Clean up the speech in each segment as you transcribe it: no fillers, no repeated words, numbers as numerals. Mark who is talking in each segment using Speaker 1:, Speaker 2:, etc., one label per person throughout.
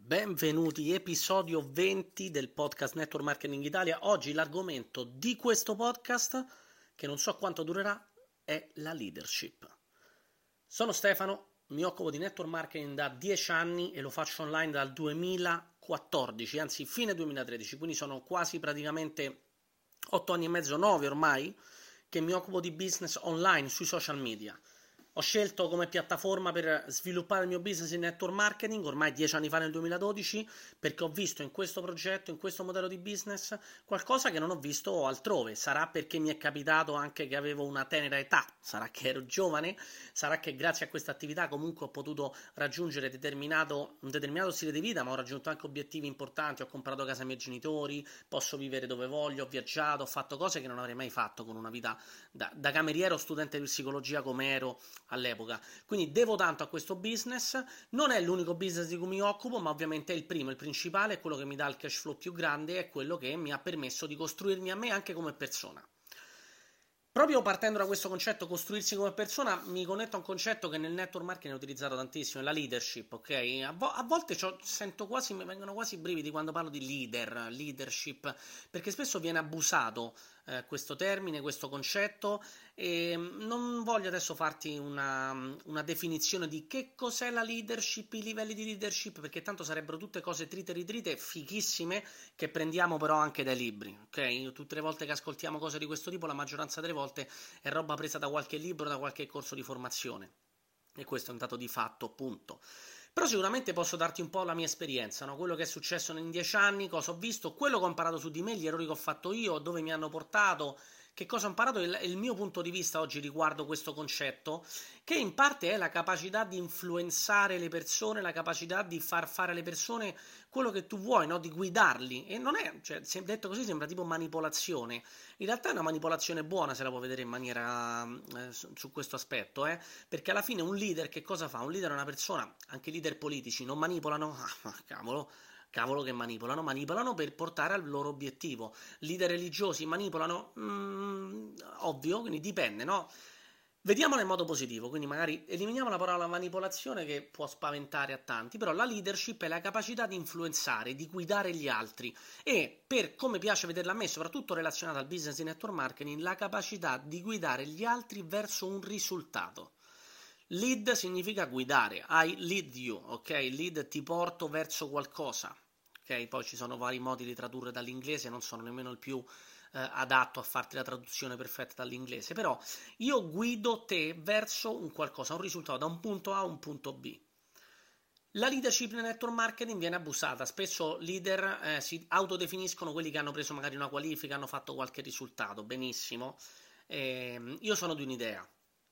Speaker 1: Benvenuti, episodio 20 del podcast Network Marketing Italia. Oggi l'argomento di questo podcast, che non so quanto durerà, è la leadership. Sono Stefano, mi occupo di network marketing da 10 anni e lo faccio online dal 2014, anzi fine 2013, quindi sono quasi praticamente 8 anni e mezzo, 9 ormai, che mi occupo di business online sui social media. Ho scelto come piattaforma per sviluppare il mio business in network marketing ormai 10 anni fa nel 2012 perché ho visto in questo progetto, in questo modello di business qualcosa che non ho visto altrove. Sarà perché mi è capitato anche che avevo una tenera età, sarà che ero giovane, sarà che grazie a questa attività comunque ho potuto raggiungere un determinato stile di vita, ma ho raggiunto anche obiettivi importanti, ho comprato casa ai miei genitori, posso vivere dove voglio, ho viaggiato, ho fatto cose che non avrei mai fatto con una vita da cameriere o studente di psicologia come ero all'epoca. Quindi devo tanto a questo business, non è l'unico business di cui mi occupo, ma ovviamente è il primo, il principale, è quello che mi dà il cash flow più grande, è quello che mi ha permesso di costruirmi a me anche come persona. Proprio partendo da questo concetto, costruirsi come persona, mi connetto a un concetto che nel network marketing è utilizzato tantissimo, è la leadership, ok? A volte sento quasi, mi vengono quasi i brividi quando parlo di leadership, perché spesso viene abusato questo termine, questo concetto, e non voglio adesso farti una definizione di che cos'è la leadership, i livelli di leadership, perché tanto sarebbero tutte cose trite ritrite, fighissime, che prendiamo però anche dai libri, ok? Tutte le volte che ascoltiamo cose di questo tipo, la maggioranza delle volte è roba presa da qualche libro, da qualche corso di formazione. E questo è un dato di fatto, punto. Però sicuramente posso darti un po' la mia esperienza, no? Quello che è successo in 10 anni, cosa ho visto, quello che ho imparato su di me, gli errori che ho fatto io, dove mi hanno portato, che cosa ho imparato e il mio punto di vista oggi riguardo questo concetto, che in parte è la capacità di influenzare le persone, la capacità di far fare alle persone quello che tu vuoi, no? Di guidarli. E non è, cioè, se detto così sembra tipo manipolazione. In realtà è una manipolazione buona se la può vedere in maniera su questo aspetto, perché alla fine un leader che cosa fa? Un leader è una persona, anche i leader politici, non manipolano? Ah, cavolo che manipolano per portare al loro obiettivo. Leader religiosi manipolano? Ovvio, quindi dipende, no? Vediamola in modo positivo, quindi magari eliminiamo la parola manipolazione che può spaventare a tanti, però la leadership è la capacità di influenzare, di guidare gli altri e, per come piace vederla a me, soprattutto relazionata al business di network marketing, la capacità di guidare gli altri verso un risultato. Lead significa guidare, I lead you, ok? Lead ti porto verso qualcosa, ok? Poi ci sono vari modi di tradurre dall'inglese, non sono nemmeno il più adatto a farti la traduzione perfetta dall'inglese, però io guido te verso un qualcosa, un risultato, da un punto A a un punto B. La leadership nel network marketing viene abusata, spesso leader si autodefiniscono quelli che hanno preso magari una qualifica, hanno fatto qualche risultato, benissimo. Io sono di un'idea.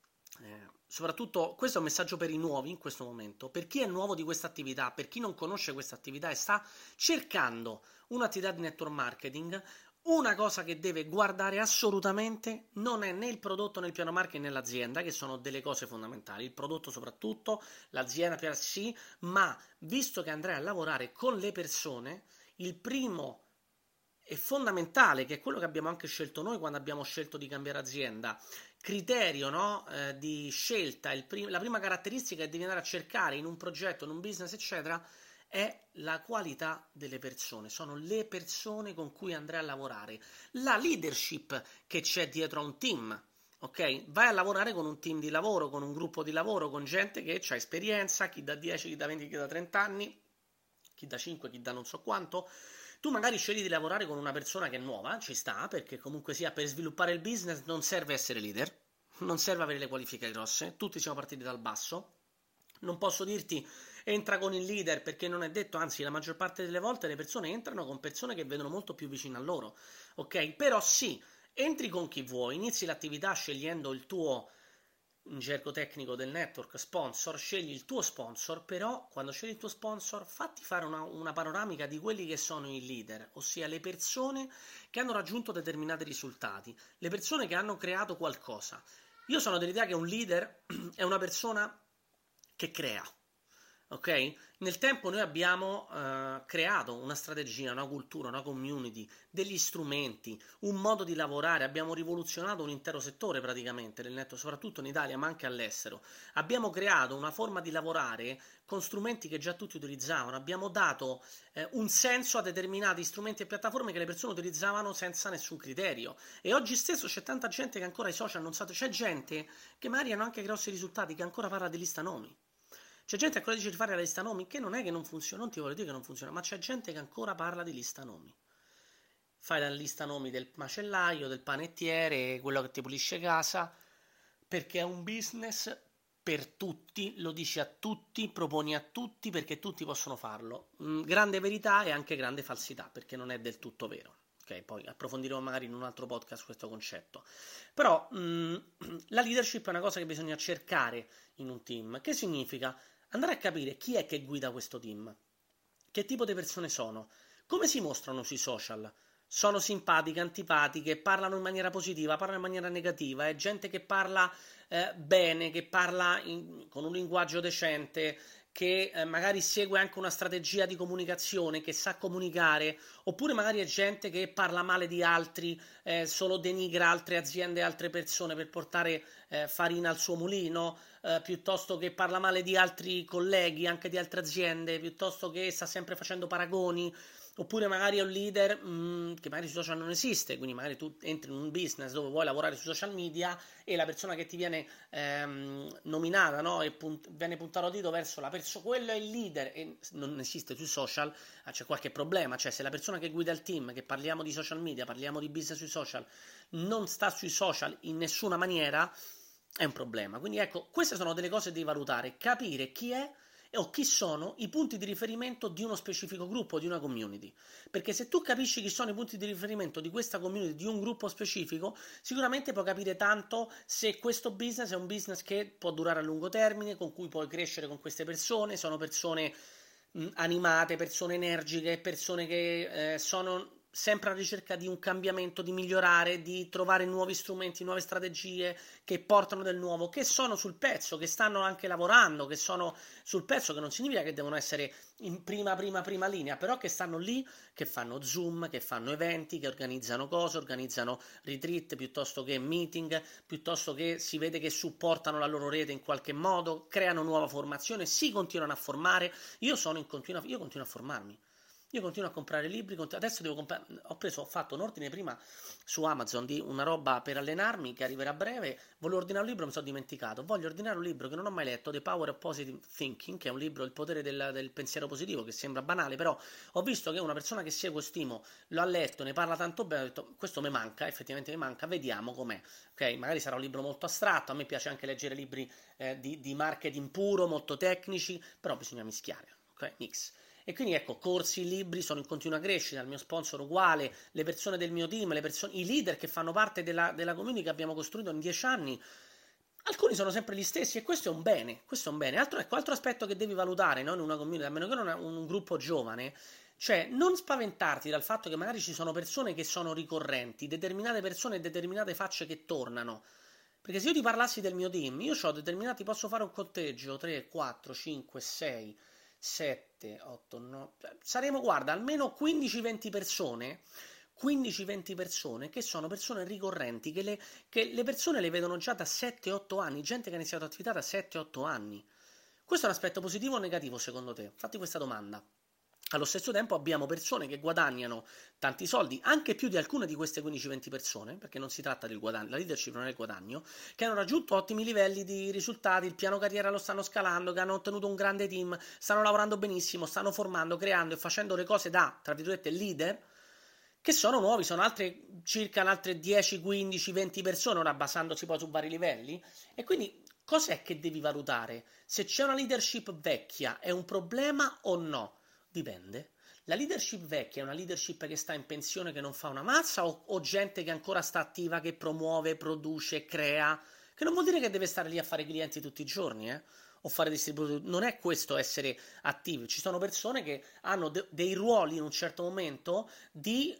Speaker 1: Soprattutto questo è un messaggio per i nuovi in questo momento, per chi è nuovo di questa attività, per chi non conosce questa attività e sta cercando un'attività di network marketing, una cosa che deve guardare assolutamente non è né il prodotto né il piano marketing né l'azienda, che sono delle cose fondamentali, il prodotto soprattutto, l'azienda per sì, ma visto che andrai a lavorare con le persone, il primo è fondamentale, che è quello che abbiamo anche scelto noi quando abbiamo scelto di cambiare azienda, criterio, no, di scelta, la prima caratteristica che devi andare a cercare in un progetto, in un business, eccetera, è la qualità delle persone, sono le persone con cui andrai a lavorare, la leadership che c'è dietro a un team. Ok? Vai a lavorare con un team di lavoro, con un gruppo di lavoro, con gente che ha esperienza, chi da 10, chi da 20, chi da 30 anni, chi da 5, chi da non so quanto. Tu magari scegli di lavorare con una persona che è nuova, ci sta, perché comunque sia per sviluppare il business non serve essere leader, non serve avere le qualifiche grosse, tutti siamo partiti dal basso. Non posso dirti entra con il leader perché non è detto, anzi la maggior parte delle volte le persone entrano con persone che vedono molto più vicino a loro, ok? Però sì, entri con chi vuoi, inizi l'attività scegliendo il tuo, in gergo tecnico del network, sponsor, scegli il tuo sponsor, però quando scegli il tuo sponsor fatti fare una panoramica di quelli che sono i leader, ossia le persone che hanno raggiunto determinati risultati, le persone che hanno creato qualcosa. Io sono dell'idea che un leader è una persona che crea, ok? Nel tempo noi abbiamo creato una strategia, una cultura, una community, degli strumenti, un modo di lavorare, abbiamo rivoluzionato un intero settore praticamente del network, soprattutto in Italia ma anche all'estero. Abbiamo creato una forma di lavorare con strumenti che già tutti utilizzavano, abbiamo dato un senso a determinati strumenti e piattaforme che le persone utilizzavano senza nessun criterio. E oggi stesso c'è tanta gente che ancora i social non sa, c'è gente che magari hanno anche grossi risultati che ancora parla di lista nomi. C'è gente che ancora dice di fare la lista nomi, che non è che non funziona, non ti voglio dire che non funziona, ma c'è gente che ancora parla di lista nomi. Fai la lista nomi del macellaio, del panettiere, quello che ti pulisce casa, perché è un business per tutti, lo dici a tutti, proponi a tutti perché tutti possono farlo. Grande verità e anche grande falsità, perché non è del tutto vero. Ok, poi approfondiremo magari in un altro podcast questo concetto. Però la leadership è una cosa che bisogna cercare in un team. Che significa? Andare a capire chi è che guida questo team, che tipo di persone sono, come si mostrano sui social. Sono simpatiche, antipatiche, parlano in maniera positiva, parlano in maniera negativa, è gente che parla bene, che parla con un linguaggio decente, che magari segue anche una strategia di comunicazione, che sa comunicare, oppure magari è gente che parla male di altri, solo denigra altre aziende e altre persone per portare farina al suo mulino, piuttosto che parla male di altri colleghi, anche di altre aziende, piuttosto che sta sempre facendo paragoni. Oppure magari è un leader che magari sui social non esiste, quindi magari tu entri in un business dove vuoi lavorare sui social media e la persona che ti viene nominata, no? E viene puntato a dito verso la persona, quello è il leader e non esiste sui social, c'è qualche problema, cioè se la persona che guida il team, che parliamo di social media, parliamo di business sui social, non sta sui social in nessuna maniera, è un problema. Quindi ecco, queste sono delle cose da valutare, capire chi è o chi sono i punti di riferimento di uno specifico gruppo, di una community. Perché se tu capisci chi sono i punti di riferimento di questa community, di un gruppo specifico, sicuramente puoi capire tanto se questo business è un business che può durare a lungo termine, con cui puoi crescere con queste persone, sono persone animate, persone energiche, persone che sono sempre alla ricerca di un cambiamento, di migliorare, di trovare nuovi strumenti, nuove strategie che portano del nuovo, che sono sul pezzo, che stanno anche lavorando, che sono sul pezzo, che non significa che devono essere in prima linea, però che stanno lì, che fanno Zoom, che fanno eventi, che organizzano cose, organizzano retreat, piuttosto che meeting, piuttosto che si vede che supportano la loro rete in qualche modo, creano nuova formazione, si continuano a formare. Io continuo a formarmi. Io continuo a comprare libri, adesso devo comprare, ho fatto un ordine prima su Amazon di una roba per allenarmi che arriverà a breve, volevo ordinare un libro, mi sono dimenticato, voglio ordinare un libro che non ho mai letto, The Power of Positive Thinking, che è un libro, il potere del pensiero positivo, che sembra banale, però ho visto che una persona che seguo e stimo lo ha letto, ne parla tanto bene, ho detto questo mi manca, effettivamente mi manca, vediamo com'è, ok? Magari sarà un libro molto astratto, a me piace anche leggere libri di marketing puro, molto tecnici, però bisogna mischiare, ok? Mix. E quindi ecco, corsi, libri sono in continua crescita, il mio sponsor uguale, le persone del mio team, i leader che fanno parte della community che abbiamo costruito in 10 anni, alcuni sono sempre gli stessi e questo è un bene, questo è un bene. Altro aspetto che devi valutare, no, in una community, a meno che non è un gruppo giovane, cioè non spaventarti dal fatto che magari ci sono persone che sono ricorrenti, determinate persone e determinate facce che tornano. Perché se io ti parlassi del mio team, io ho determinati, posso fare un conteggio, 3, 4, 5, 6, 7, 8, 9, saremo, guarda, almeno 15-20 persone, 15-20 persone che sono persone ricorrenti, che le persone le vedono già da 7-8 anni, gente che ha iniziato attività da 7-8 anni. Questo è un aspetto positivo o negativo secondo te? Fatti questa domanda. Allo stesso tempo abbiamo persone che guadagnano tanti soldi, anche più di alcune di queste 15-20 persone, perché non si tratta del guadagno, la leadership non è il guadagno, che hanno raggiunto ottimi livelli di risultati, il piano carriera lo stanno scalando, che hanno ottenuto un grande team, stanno lavorando benissimo, stanno formando, creando e facendo le cose da, tra virgolette, leader, che sono nuovi, sono circa altre 10, 15, 20 persone, ora basandosi poi su vari livelli, e quindi cos'è che devi valutare? Se c'è una leadership vecchia, è un problema o no? Dipende. La leadership vecchia è una leadership che sta in pensione, che non fa una mazza, o gente che ancora sta attiva, che promuove, produce, crea, che non vuol dire che deve stare lì a fare clienti tutti i giorni, o fare distributori. Non è questo essere attivi. Ci sono persone che hanno dei ruoli in un certo momento di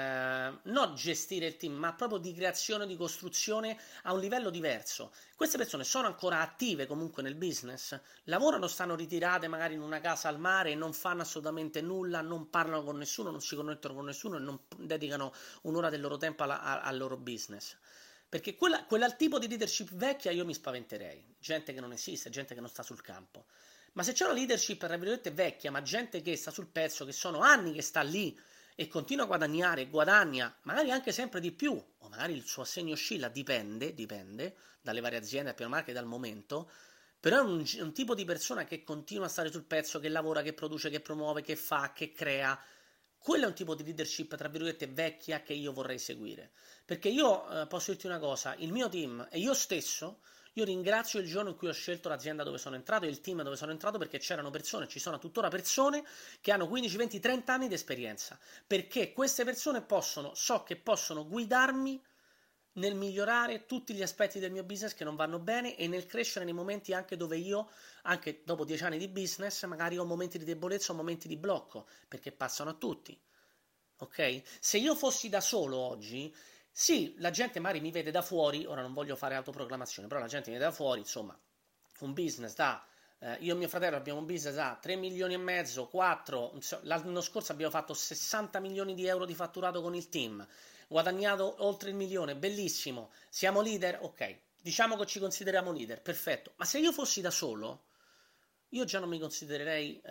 Speaker 1: non gestire il team, ma proprio di creazione, di costruzione a un livello diverso. Queste persone sono ancora attive comunque nel business, lavorano, stanno ritirate magari in una casa al mare e non fanno assolutamente nulla, non parlano con nessuno, non si connettono con nessuno e non dedicano un'ora del loro tempo al loro business. Perché quel tipo di leadership vecchia io mi spaventerei. Gente che non esiste, gente che non sta sul campo. Ma se c'è una leadership, tra virgolette, vecchia, ma gente che sta sul pezzo, che sono anni che sta lì e continua a guadagnare, guadagna, magari anche sempre di più, o magari il suo assegno oscilla, dipende dalle varie aziende, piano marche, dal momento, però è un tipo di persona che continua a stare sul pezzo, che lavora, che produce, che promuove, che fa, che crea. Quello è un tipo di leadership, tra virgolette, vecchia che io vorrei seguire. Perché io posso dirti una cosa, il mio team e io stesso, io ringrazio il giorno in cui ho scelto l'azienda dove sono entrato e il team dove sono entrato perché c'erano persone, ci sono tuttora persone che hanno 15, 20, 30 anni di esperienza. Perché queste persone so che possono guidarmi nel migliorare tutti gli aspetti del mio business che non vanno bene e nel crescere nei momenti anche dove io, anche dopo 10 anni di business, magari ho momenti di debolezza o momenti di blocco, perché passano a tutti. Ok? Se io fossi da solo oggi, sì, la gente magari mi vede da fuori, ora non voglio fare autoproclamazione, però la gente mi vede da fuori, insomma, un business da io e mio fratello abbiamo un business a 3 milioni e mezzo, 4, l'anno scorso abbiamo fatto 60 milioni di euro di fatturato con il team, guadagnato oltre il milione, bellissimo, siamo leader, ok, diciamo che ci consideriamo leader, perfetto, ma se io fossi da solo, io già non mi considererei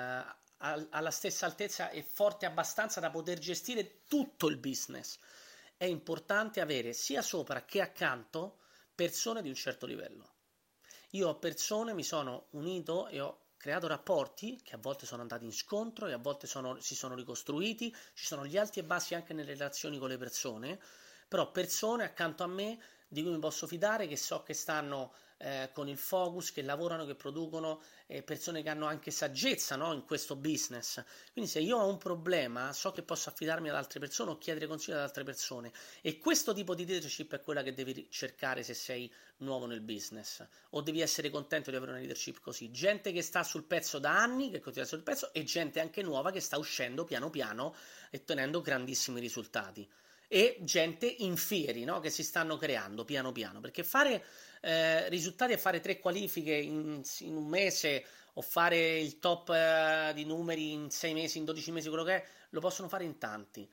Speaker 1: alla stessa altezza e forte abbastanza da poter gestire tutto il business. È importante avere sia sopra che accanto persone di un certo livello. Io ho persone, mi sono unito e ho creato rapporti che a volte sono andati in scontro e a volte si sono ricostruiti, ci sono gli alti e bassi anche nelle relazioni con le persone, però persone accanto a me di cui mi posso fidare, che so che stanno con il focus, che lavorano, che producono, persone che hanno anche saggezza, no, in questo business. Quindi se io ho un problema, so che posso affidarmi ad altre persone o chiedere consiglio ad altre persone. E questo tipo di leadership è quella che devi cercare se sei nuovo nel business. O devi essere contento di avere una leadership così. Gente che sta sul pezzo da anni, che continua sul pezzo, e gente anche nuova che sta uscendo piano piano e ottenendo grandissimi risultati. E gente in fieri, no? Che si stanno creando piano piano, perché fare risultati e fare 3 qualifiche in un mese o fare il top di numeri in 6 mesi, in 12 mesi, quello che è, lo possono fare in tanti.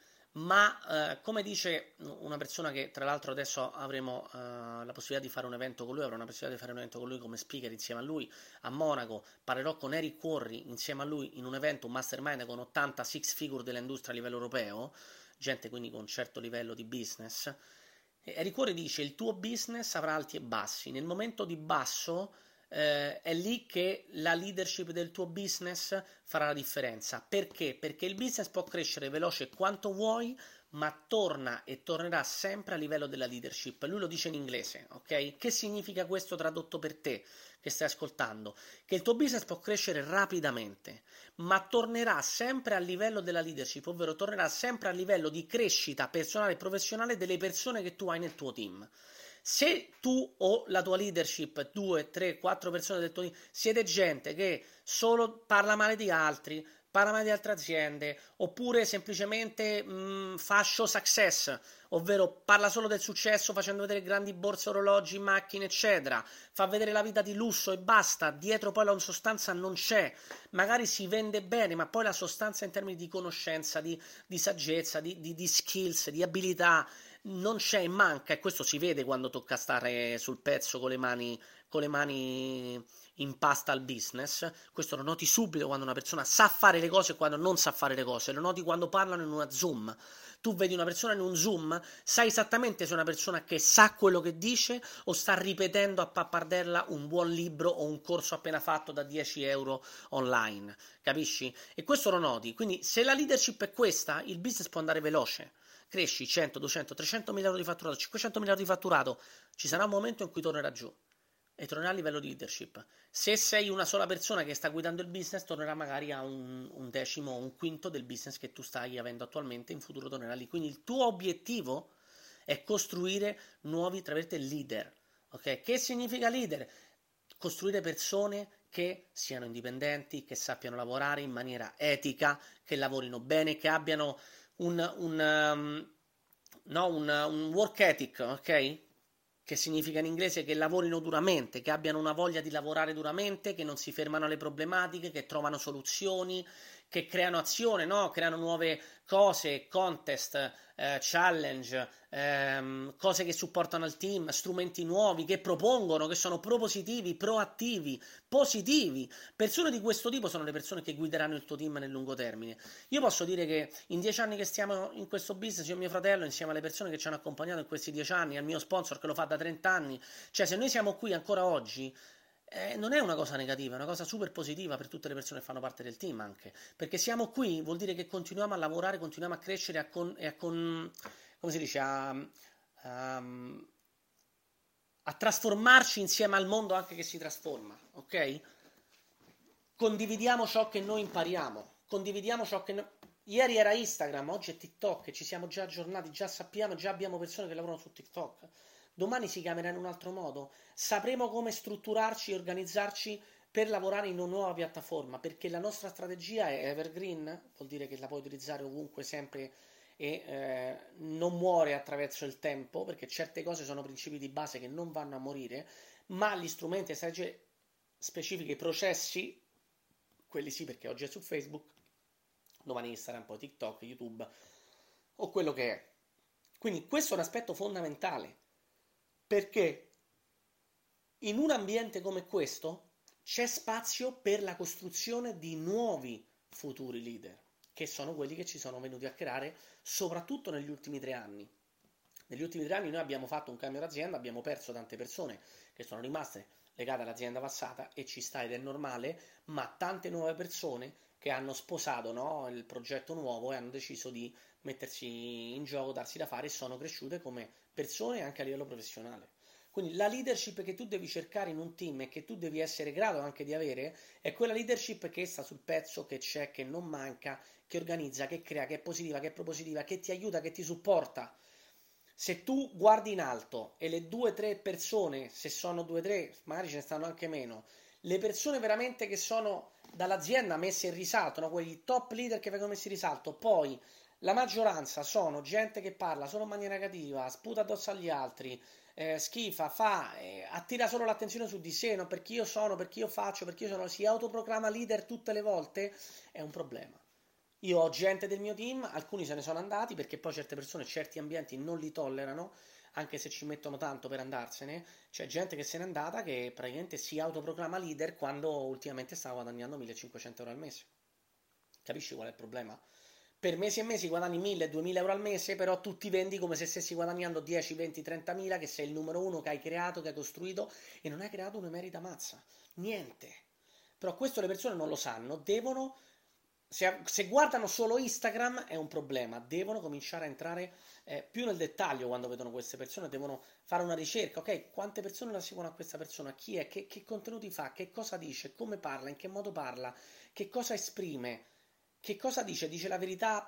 Speaker 1: Ma come dice una persona che tra l'altro adesso avremo la possibilità di fare un evento con lui, avrò una possibilità di fare un evento con lui come speaker insieme a lui a Monaco, parlerò con Eric Worre insieme a lui in un evento, un mastermind con 80 six figure dell'industria a livello europeo, gente quindi con un certo livello di business. Eric Worre dice il tuo business avrà alti e bassi, nel momento di basso è lì che la leadership del tuo business farà la differenza. Perché? Perché il business può crescere veloce quanto vuoi, ma torna e tornerà sempre a livello della leadership. Lui lo dice in inglese, ok? Che significa questo tradotto per te che stai ascoltando? Che il tuo business può crescere rapidamente, ma tornerà sempre a livello della leadership, ovvero tornerà sempre a livello di crescita personale e professionale delle persone che tu hai nel tuo team. Se tu o la tua leadership, 2, 3, 4 persone del tuo team, siete gente che solo parla male di altri, parla male di altre aziende, oppure semplicemente fa show success, ovvero parla solo del successo facendo vedere grandi borse, orologi, macchine, eccetera, fa vedere la vita di lusso e basta, dietro poi la sostanza non c'è, magari si vende bene, ma poi la sostanza in termini di conoscenza, di saggezza, di skills, di abilità, non c'è e manca, e questo si vede quando tocca stare sul pezzo con le mani in pasta al business. Questo lo noti subito quando una persona sa fare le cose e quando non sa fare le cose, lo noti quando parlano in una Zoom. Tu vedi una persona in un Zoom, sai esattamente se è una persona che sa quello che dice o sta ripetendo a pappaderla un buon libro o un corso appena fatto da 10 euro online, capisci? E questo lo noti, quindi se la leadership è questa, il business può andare veloce. Cresci 100, 200, 300 mila euro di fatturato, 500 mila euro di fatturato, ci sarà un momento in cui tornerà giù e tornerà a livello di leadership. Se sei una sola persona che sta guidando il business, tornerà magari a un decimo o un quinto del business che tu stai avendo attualmente, in futuro tornerà lì. Quindi il tuo obiettivo è costruire nuovi, tra virgolette, leader. Ok? Che significa leader? Costruire persone che siano indipendenti, che sappiano lavorare in maniera etica, che lavorino bene, che abbiano un work ethic, ok? Che significa in inglese che lavorino duramente, che abbiano una voglia di lavorare duramente, che non si fermano alle problematiche, che trovano soluzioni, che creano azione, no? Creano nuove cose, contest, challenge, cose che supportano il team, strumenti nuovi, che propongono, che sono propositivi, proattivi, positivi. Persone di questo tipo sono le persone che guideranno il tuo team nel lungo termine. Io posso dire che in 10 anni che stiamo in questo business, io e mio fratello, insieme alle persone che ci hanno accompagnato in questi 10 anni, al mio sponsor che lo fa da 30 anni, cioè se noi siamo qui ancora oggi, non è una cosa negativa, è una cosa super positiva per tutte le persone che fanno parte del team anche, perché siamo qui vuol dire che continuiamo a lavorare, continuiamo a crescere come si dice, a trasformarci insieme al mondo anche che si trasforma, ok? Condividiamo ciò che noi impariamo, condividiamo ciò che noi... Ieri era Instagram, oggi è TikTok, ci siamo già aggiornati, già sappiamo, già abbiamo persone che lavorano su TikTok. Domani si chiamerà in un altro modo. Sapremo come strutturarci e organizzarci per lavorare in una nuova piattaforma, perché la nostra strategia è evergreen, vuol dire che la puoi utilizzare ovunque, sempre e non muore attraverso il tempo, perché certe cose sono principi di base che non vanno a morire, ma gli strumenti e strategie specifiche, i processi, quelli sì, perché oggi è su Facebook, domani Instagram, poi TikTok, YouTube o quello che è. Quindi questo è un aspetto fondamentale, perché in un ambiente come questo c'è spazio per la costruzione di nuovi futuri leader, che sono quelli che ci sono venuti a creare soprattutto negli ultimi 3 anni. Negli ultimi 3 anni noi abbiamo fatto un cambio d'azienda, abbiamo perso tante persone che sono rimaste legate all'azienda passata e ci sta ed è normale, ma tante nuove persone che hanno sposato, no, il progetto nuovo e hanno deciso di mettersi in gioco, darsi da fare e sono cresciute come persone anche a livello professionale. Quindi la leadership che tu devi cercare in un team e che tu devi essere grado anche di avere è quella leadership che sta sul pezzo, che c'è, che non manca, che organizza, che crea, che è positiva, che è propositiva, che ti aiuta, che ti supporta. Se tu guardi in alto e le 2 o 3 persone, se sono 2 o 3, magari ce ne stanno anche meno, le persone veramente che sono dall'azienda messe in risalto, no? Quegli top leader che vengono messi in risalto, poi la maggioranza sono gente che parla solo in maniera negativa, sputa addosso agli altri, schifa, attira solo l'attenzione su di sé, no? Perché io sono, perché io faccio, perché io sono, si autoproclama leader tutte le volte, è un problema. Io ho gente del mio team, alcuni se ne sono andati perché poi certe persone, certi ambienti non li tollerano, anche se ci mettono tanto per andarsene. C'è gente che se n'è andata che praticamente si autoproclama leader quando ultimamente sta guadagnando 1500 euro al mese. Capisci qual è il problema? Per mesi e mesi guadagni 1000-2000 euro al mese, però tu ti vendi come se stessi guadagnando 10, 20, 30 mila, che sei il numero uno che hai creato, che hai costruito, e non hai creato un emerita mazza. Niente. Però questo le persone non lo sanno, devono... Se guardano solo Instagram è un problema, devono cominciare a entrare più nel dettaglio quando vedono queste persone, devono fare una ricerca, ok? Quante persone la seguono a questa persona? Chi è? Che contenuti fa? Che cosa dice? Come parla? In che modo parla? Che cosa esprime? Che cosa dice? Dice la verità?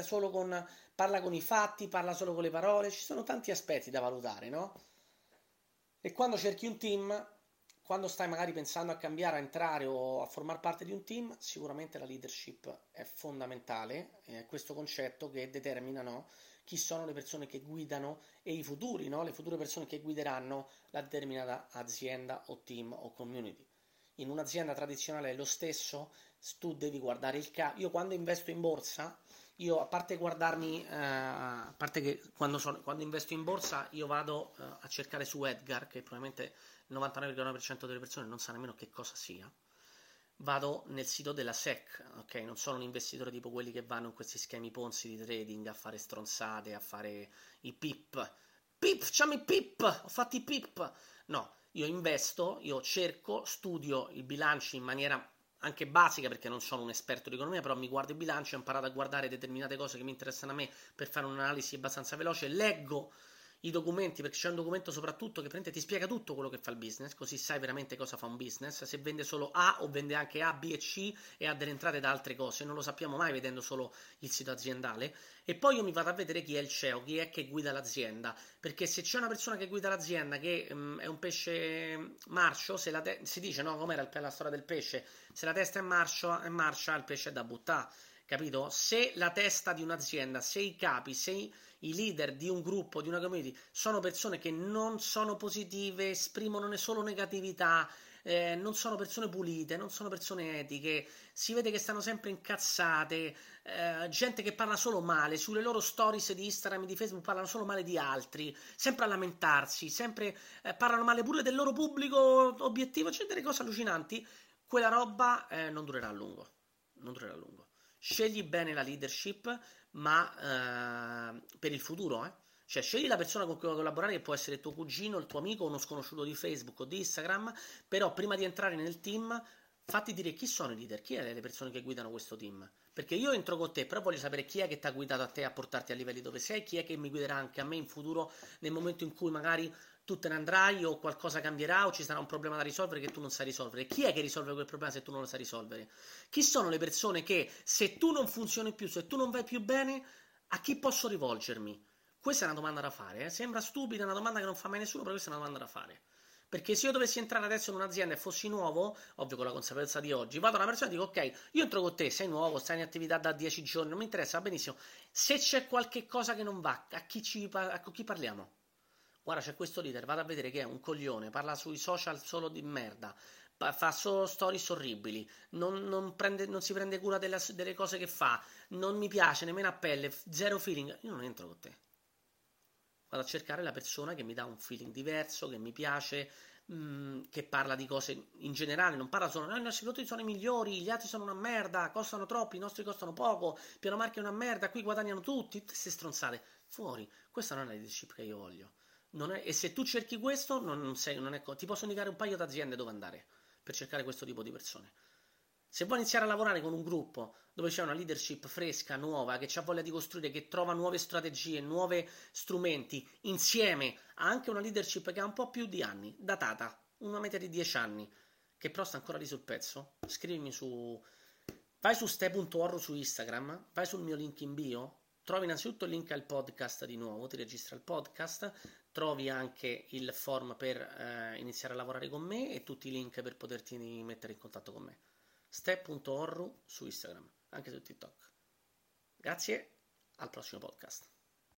Speaker 1: Parla con i fatti? Parla solo con le parole? Ci sono tanti aspetti da valutare, no? E quando cerchi un team, quando stai magari pensando a cambiare, a entrare o a formare parte di un team, sicuramente la leadership è fondamentale, è questo concetto che determina, no, chi sono le persone che guidano e i futuri, no, le future persone che guideranno la determinata azienda o team o community. In un'azienda tradizionale è lo stesso, tu devi guardare il caso. Io quando investo in borsa, io a parte guardarmi, a parte che quando investo in borsa, io vado a cercare su Edgar, che probabilmente il 99,9% delle persone non sa nemmeno che cosa sia. Vado nel sito della SEC, ok? Non sono un investitore tipo quelli che vanno in questi schemi Ponzi di trading a fare stronzate, a fare i pip. Pip, facciamo i pip! Ho fatto i pip! No, io investo, io cerco, studio i bilanci in maniera anche basica perché non sono un esperto di economia, però mi guardo i bilanci, ho imparato a guardare determinate cose che mi interessano a me per fare un'analisi abbastanza veloce, leggo i documenti, perché c'è un documento soprattutto che ti spiega tutto quello che fa il business, così sai veramente cosa fa un business, se vende solo A o vende anche A, B e C e ha delle entrate da altre cose, non lo sappiamo mai vedendo solo il sito aziendale. E poi io mi vado a vedere chi è il CEO, chi è che guida l'azienda, perché se c'è una persona che guida l'azienda che è un pesce marcio, si dice, no, com'era la storia del pesce, se la testa è marcia, il pesce è da buttare. Capito? Se la testa di un'azienda, se i capi, se i leader di un gruppo, di una community, sono persone che non sono positive, esprimono solo negatività, non sono persone pulite, non sono persone etiche, si vede che stanno sempre incazzate, gente che parla solo male, sulle loro stories di Instagram e di Facebook parlano solo male di altri, sempre a lamentarsi, sempre parlano male pure del loro pubblico obiettivo, c'è delle cose allucinanti, quella roba non durerà a lungo, non durerà a lungo. Scegli bene la leadership, ma per il futuro, eh. Cioè, scegli la persona con cui vuoi collaborare, che può essere tuo cugino, il tuo amico, uno sconosciuto di Facebook o di Instagram, però prima di entrare nel team, fatti dire chi sono i leader, chi è le persone che guidano questo team. Perché io entro con te, però voglio sapere chi è che ti ha guidato a te a portarti a livelli dove sei, chi è che mi guiderà anche a me in futuro, nel momento in cui magari tu te ne andrai o qualcosa cambierà o ci sarà un problema da risolvere che tu non sai risolvere. Chi è che risolve quel problema se tu non lo sai risolvere? Chi sono le persone che se tu non funzioni più, se tu non vai più bene, a chi posso rivolgermi? Questa è una domanda da fare, eh? Sembra stupida, è una domanda che non fa mai nessuno, però questa è una domanda da fare. Perché se io dovessi entrare adesso in un'azienda e fossi nuovo, ovvio con la consapevolezza di oggi, vado a una persona e dico ok, io entro con te, sei nuovo, stai in attività da 10 giorni, non mi interessa, va benissimo. Se c'è qualche cosa che non va, a chi parliamo? Guarda, c'è questo leader, vado a vedere che è un coglione, parla sui social solo di merda, fa solo stories orribili, non si prende cura delle cose che fa, non mi piace nemmeno a pelle, zero feeling. Io non entro con te. Vado a cercare la persona che mi dà un feeling diverso, che mi piace, che parla di cose in generale, non parla solo, no, i nostri prodotti sono i migliori, gli altri sono una merda, costano troppo, i nostri costano poco, piano marca è una merda, qui guadagnano tutti, tutte queste stronzate. Fuori, questa non è la leadership che io voglio. E se tu cerchi questo, ti posso indicare un paio di aziende dove andare per cercare questo tipo di persone. Se vuoi iniziare a lavorare con un gruppo dove c'è una leadership fresca, nuova, che ha voglia di costruire, che trova nuove strategie, nuovi strumenti, insieme a anche una leadership che ha un po' più di anni, datata, una media di 10 anni, che però sta ancora lì sul pezzo, scrivimi su... Vai su ste.org su Instagram, vai sul mio link in bio, trovi innanzitutto il link al podcast di nuovo, ti registra il podcast, trovi anche il form per iniziare a lavorare con me e tutti i link per poterti mettere in contatto con me. Step.org su Instagram, anche su TikTok. Grazie, al prossimo podcast.